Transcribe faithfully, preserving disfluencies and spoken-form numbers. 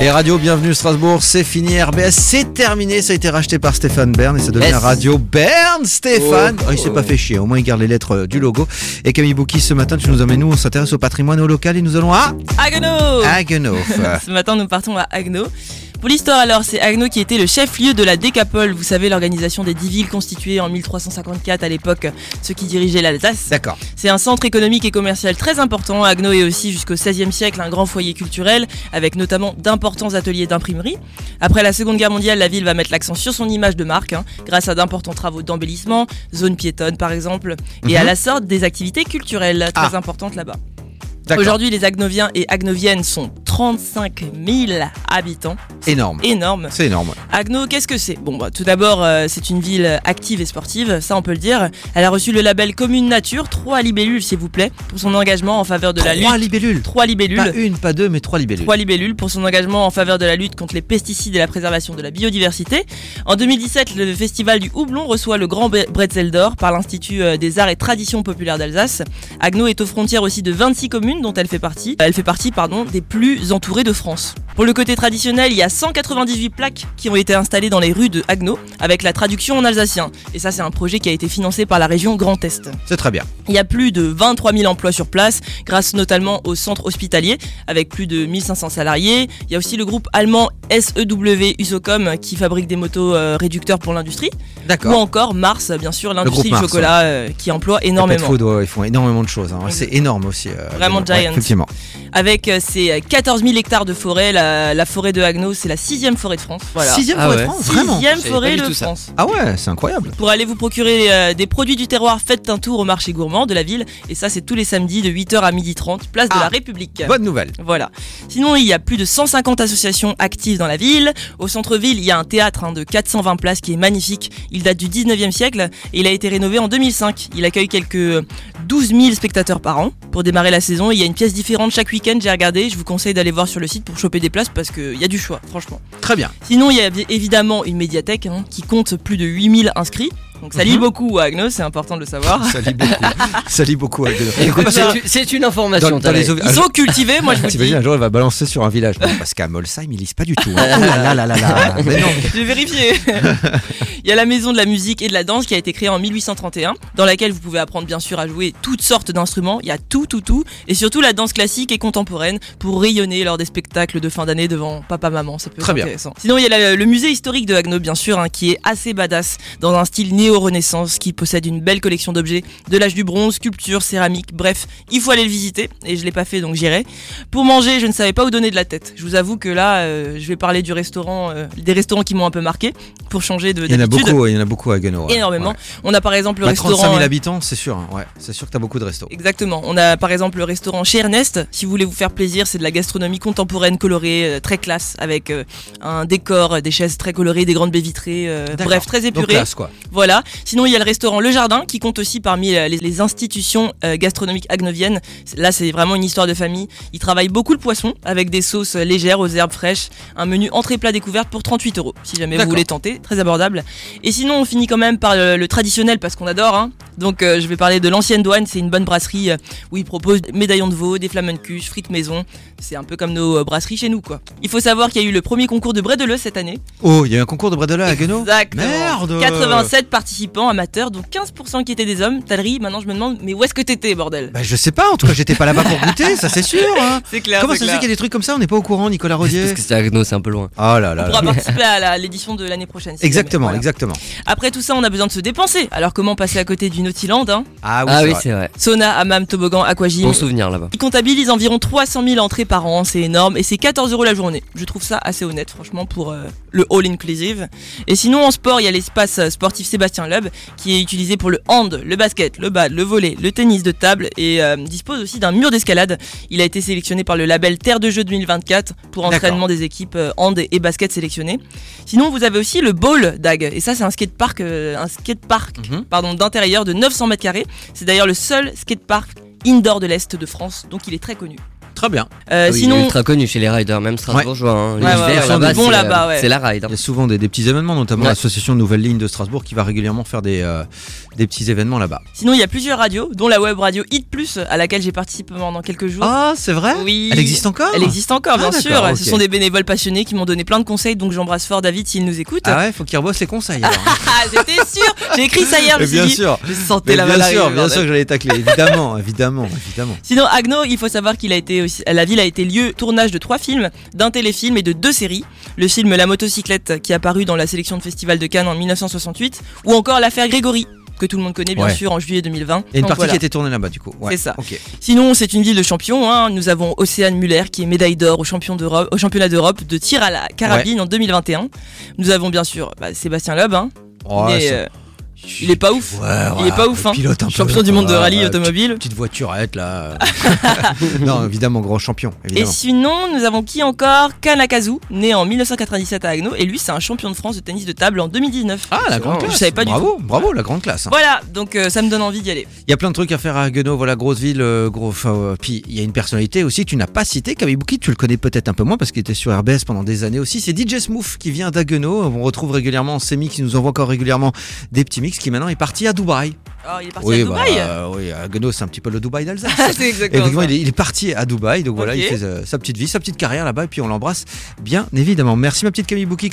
Et Radio Bienvenue Strasbourg, c'est fini. R B S, c'est terminé. Ça a été racheté par Stéphane Bern et ça devient yes. Radio Bern Stéphane. Oh, oh, il s'est pas fait chier. Au moins, il garde les lettres du logo. Et Camille Bouki, ce matin, tu nous emmènes nous. On s'intéresse au patrimoine au local et nous allons à Haguenau. Haguenau. Ce matin, nous partons à Haguenau. Pour l'histoire alors, c'est Haguenau qui était le chef-lieu de la Décapole, vous savez, l'organisation des dix villes constituées en mille trois cent cinquante-quatre à l'époque, ceux qui dirigeaient l'Alsace. D'accord. C'est un centre économique et commercial très important. Haguenau est aussi jusqu'au seizième siècle un grand foyer culturel, avec notamment d'importants ateliers d'imprimerie. Après la Seconde Guerre mondiale, la ville va mettre l'accent sur son image de marque, hein, grâce à d'importants travaux d'embellissement, zone piétonne par exemple, et mm-hmm. à la sorte des activités culturelles très ah. importantes là-bas. D'accord. Aujourd'hui, les Haguenoviens et Haguenoviennes sont trente-cinq mille habitants. C'est énorme. Énorme. C'est énorme. Haguenau, qu'est-ce que c'est ? Bon, bah, tout d'abord, euh, c'est une ville active et sportive, ça on peut le dire. Elle a reçu le label Commune Nature, trois libellules s'il vous plaît, pour son engagement en faveur de la lutte. Trois libellules. Trois libellules. Pas une, pas deux, mais trois libellules. Trois libellules pour son engagement en faveur de la lutte contre les pesticides et la préservation de la biodiversité. En deux mille dix-sept, le festival du Houblon reçoit le Grand Bretzel d'Or par l'Institut des Arts et Traditions Populaires d'Alsace. Haguenau est aux frontières aussi de vingt-six communes dont elle fait partie. Elle fait partie pardon, des plus entourées de France. Pour le côté traditionnel, il y a cent quatre-vingt-dix-huit plaques qui ont été installées dans les rues de Haguenau avec la traduction en alsacien. Et ça, c'est un projet qui a été financé par la région Grand Est. C'est très bien. Il y a plus de vingt-trois mille emplois sur place, grâce notamment au centre hospitalier avec plus de mille cinq cents salariés. Il y a aussi le groupe allemand S E W Usocom qui fabrique des motos euh, réducteurs pour l'industrie. D'accord. Ou encore Mars, bien sûr, l'industrie du Mars, chocolat ouais. euh, qui emploie énormément. Pet Food, ouais, ils font énormément de choses. Hein. C'est énorme aussi. Euh, Vraiment de... giant. Ouais, effectivement. Avec euh, ses quatorze mille hectares de forêt, la, la forêt de Haguenau, c'est la sixième forêt de France. Voilà. Sixième ah forêt ouais. de France, vraiment. Sixième forêt de France. Ça. Ah ouais, c'est incroyable. Pour aller vous procurer euh, des produits du terroir, faites un tour au marché gourmand de la ville. Et ça, c'est tous les samedis de huit heures à midi trente, place de ah, la République. Bonne nouvelle. Voilà. Sinon, il y a plus de cent cinquante associations actives dans la ville. Au centre-ville, il y a un théâtre hein, de quatre cent vingt places qui est magnifique. Il date du dix-neuvième siècle et il a été rénové en deux mille cinq. Il accueille quelques douze mille spectateurs par an. Pour démarrer la saison, il y a une pièce différente chaque week-end. J'ai regardé. Je vous conseille d'aller voir sur le site pour choper des places parce qu'il y a du choix, franchement. Très bien. Sinon, il y a évidemment une médiathèque hein, qui compte plus de huit mille inscrits. Donc ça lit mm-hmm. beaucoup à Haguenau, c'est important de le savoir. Ça lit beaucoup. Ça lit beaucoup à Haguenau. Écoute, c'est, c'est une information. Dans, dans les... Ils sont cultivés, moi je vous dis. T'imagines un jour, elle va balancer sur un village. Non, parce qu'à Molsheim, ils lisent pas du tout. Hein. Oh là là là là là. Mais non. Je vais vérifier. Il y a la maison de la musique et de la danse qui a été créée en mille huit cent trente et un, dans laquelle vous pouvez apprendre bien sûr à jouer toutes sortes d'instruments. Il y a tout, tout, tout. Et surtout la danse classique et contemporaine pour rayonner lors des spectacles de fin d'année devant papa, maman. Ça peut être très intéressant. Bien. Sinon, il y a la, le musée historique de Haguenau, bien sûr, hein, qui est assez badass, dans un style néo-renaissance, qui possède une belle collection d'objets de l'âge du bronze, sculptures, céramiques, bref, il faut aller le visiter et je l'ai pas fait donc j'irai. Pour manger, je ne savais pas où donner de la tête. Je vous avoue que là, euh, je vais parler du restaurant, euh, des restaurants qui m'ont un peu marqué pour changer de. Il y en a beaucoup, il y en a beaucoup à Haguenau. Ouais. Énormément. Ouais. On a par exemple le bah, restaurant. trente-cinq mille habitants, c'est sûr. Hein, ouais, c'est sûr que t'as beaucoup de restos. Exactement. On a par exemple le restaurant chez Ernest. Si vous voulez vous faire plaisir, c'est de la gastronomie contemporaine colorée, euh, très classe, avec euh, un décor, des chaises très colorées, des grandes baies vitrées. Euh, bref, très épuré. Donc classe, quoi. Voilà. Sinon, il y a le restaurant Le Jardin qui compte aussi parmi les, les institutions euh, gastronomiques haguenoviennes. Là, c'est vraiment une histoire de famille. Ils travaillent beaucoup le poisson avec des sauces légères aux herbes fraîches. Un menu entrée plat découverte pour trente-huit euros. Si jamais D'accord. vous voulez tenter, très abordable. Et sinon, on finit quand même par le, le traditionnel parce qu'on adore. Hein. Donc, euh, je vais parler de l'Ancienne Douane. C'est une bonne brasserie euh, où ils proposent des médaillons de veau, des flamencuches, frites maison. C'est un peu comme nos euh, brasseries chez nous, quoi. Il faut savoir qu'il y a eu le premier concours de brédeleux cette année. Oh, il y a eu un concours de brédeleux à Haguenau. Exactement. Merde. quatre-vingt-sept participants amateurs, donc quinze pour cent qui étaient des hommes. Tallery, maintenant je me demande, mais où est-ce que t'étais, bordel ? Bah, je sais pas. En tout cas, j'étais pas là-bas pour goûter, ça c'est sûr. Hein. C'est clair. Comment c'est ça se clair. fait qu'il y a des trucs comme ça ? On n'est pas au courant, Nicolas Rodier. Parce que c'est à Haguenau, c'est un peu loin. Oh là là. On pourra participer à la, l'édition de l'année prochaine. Si exactement, voilà. exactement. Après tout ça, on a besoin de se dépenser. Alors comment passer à côté du Nautiland hein ? Ah oui, ah, c'est, oui vrai. c'est vrai. Sauna, hammam, toboggan, aquagym. Bon souvenir là-bas. Ils comptabilisent environ trois cent mille entrées par an, c'est énorme et c'est quatorze euros la journée. Je trouve ça assez honnête, franchement, pour euh, le all inclusive. Et sinon, en sport, il y a l'espace sportif Sébastien Loeb qui est utilisé pour le hand, le basket, le bad, le volley, le tennis de table et euh, dispose aussi d'un mur d'escalade. Il a été sélectionné par le label Terre de Jeux deux mille vingt-quatre pour entraînement des équipes euh, hand et basket sélectionnées. Sinon, vous avez aussi le Bowl d'Ag et ça, c'est un skatepark, euh, un skatepark mm-hmm. pardon, d'intérieur de neuf cents mètres carrés. C'est d'ailleurs le seul skatepark indoor de l'Est de France, donc il est très connu. Très bien. Euh, ah oui, sinon, il est ultra connu chez les riders, même Strasbourgeois. Hein. Ouais, ouais, L'hiver, ouais, là-bas, ils vont c'est, là-bas, ouais. c'est la ride. Hein. Il y a souvent des, des petits événements, notamment Ouais. l'association Nouvelle Ligne de Strasbourg qui va régulièrement faire des, euh, des petits événements là-bas. sinon, il y a plusieurs radios, dont la web radio Hit Plus, à laquelle j'ai participé pendant quelques jours. Ah, c'est vrai? Oui. Elle existe encore? Elle existe encore, bien Ah, sûr. d'accord, Ce ok. sont des bénévoles passionnés qui m'ont donné plein de conseils, donc j'embrasse fort David s'il nous écoute. Ah ouais, faut qu'il rebosse les conseils. Alors. Ah, j'étais sûr. J'ai écrit ça hier. Je me Mais suis bien dit, sûr. je sentais Mais la bien balle sûr, arriver, bien bordel. sûr que j'allais tacler. Évidemment, évidemment, évidemment. Sinon, Agno, il faut savoir qu'il a été aussi, la ville a été lieu tournage de trois films, d'un téléfilm et de deux séries. Le film La motocyclette qui est apparu dans la sélection de Festival de Cannes en mille neuf cent soixante-huit, ou encore l'affaire Grégory, que tout le monde connaît bien Ouais. sûr en juillet deux mille vingt. Il y a une Donc, partie voilà. qui a été tournée là-bas du coup. Ouais. C'est ça. Ok. Sinon, c'est une ville de champions. Hein. Nous avons Océane Muller qui est médaille d'or au, champion d'Europe, au championnat d'Europe de tir à la carabine en deux mille vingt et un. Nous avons bien sûr bah, Sébastien Loeb. Hein. Oh, il, est, c'est- euh, il est pas ouf. Ouais, il ouais, est pas ouf. Hein. pilote un peu, Champion du monde de ouais, rallye ouais, automobile. Petite voiturette là. non, évidemment, grand champion. Et Évidemment. sinon, nous avons qui encore? Kanakazu, né en mille neuf cent quatre-vingt-dix-sept à Agno. Et lui, c'est un champion de France de tennis de table en deux mille dix-neuf. Ah, la C'est grande vrai, classe. je savais pas du bravo, bravo, la grande classe. hein. Voilà, donc euh, ça me donne envie d'y aller. Il y a plein de trucs à faire à Haguenau, voilà, grosse ville, euh, gros. enfin, euh, puis il y a une personnalité aussi que tu n'as pas citée, Camille Bouki, tu le connais peut-être un peu moins parce qu'il était sur R B S pendant des années aussi. C'est D J Smooth qui vient d'Haguenau. On retrouve régulièrement Semi qui nous envoie encore régulièrement des petits mix qui maintenant est parti à Dubaï. Oh, il est parti oui, à Dubaï. bah, oui, Haguenau c'est un petit peu le Dubaï d'Alsace. C'est Et exactement effectivement, ça. il est, il est parti à Dubaï, donc voilà, Ok. il fait euh, sa petite vie, sa petite carrière là-bas, et puis on l'embrasse bien évidemment. Merci ma petite Camille Bouki.